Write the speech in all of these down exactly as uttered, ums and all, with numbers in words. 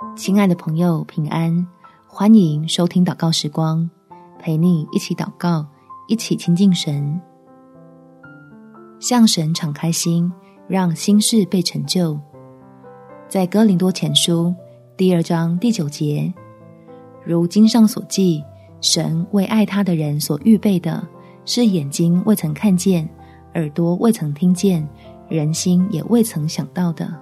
亲爱的朋友，平安，欢迎收听祷告时光，陪你一起祷告，一起亲近神。向神敞开心，让心事被成就。在哥林多前书第二章第九节，如经上所记，神为爱他的人所预备的，是眼睛未曾看见，耳朵未曾听见，人心也未曾想到的。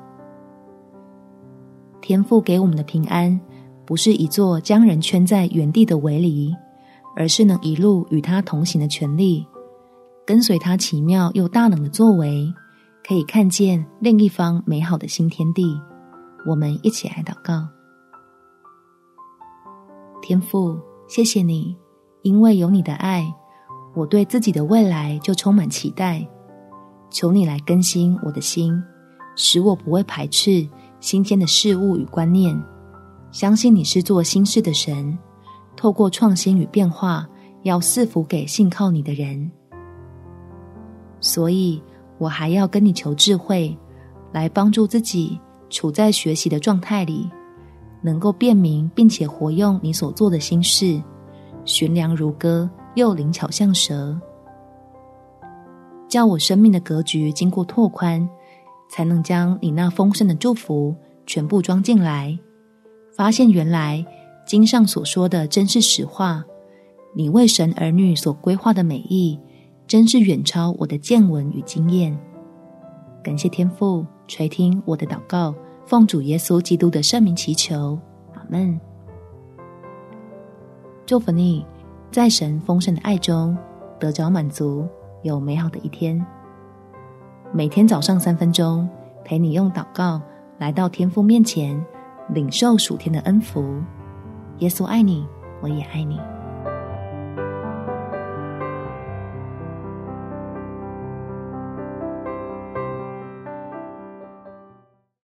天父给我们的平安，不是一座将人圈在原地的围篱，而是能一路与他同行的权利，跟随他奇妙又大能的作为，可以看见另一方美好的新天地。我们一起来祷告。天父，谢谢你，因为有你的爱，我对自己的未来就充满期待。求你来更新我的心，使我不会排斥新鲜的事物与观念，相信你是做新事的神，透过创新与变化，要赐福给信靠你的人。所以我还要跟你求智慧，来帮助自己处在学习的状态里，能够辨明并且活用你所做的新事，驯良如歌，又灵巧像蛇。叫我生命的格局经过拓宽，才能将你那丰盛的祝福全部装进来，发现原来经上所说的真是实话，你为神儿女所规划的美意，真是远超我的见闻与经验。感谢天父垂听我的祷告，奉主耶稣基督的圣名祈求，阿们。祝福你在神丰盛的爱中得着满足，有美好的一天。每天早上三分钟，陪你用祷告来到天父面前，领受属天的恩福。耶稣爱你，我也爱你。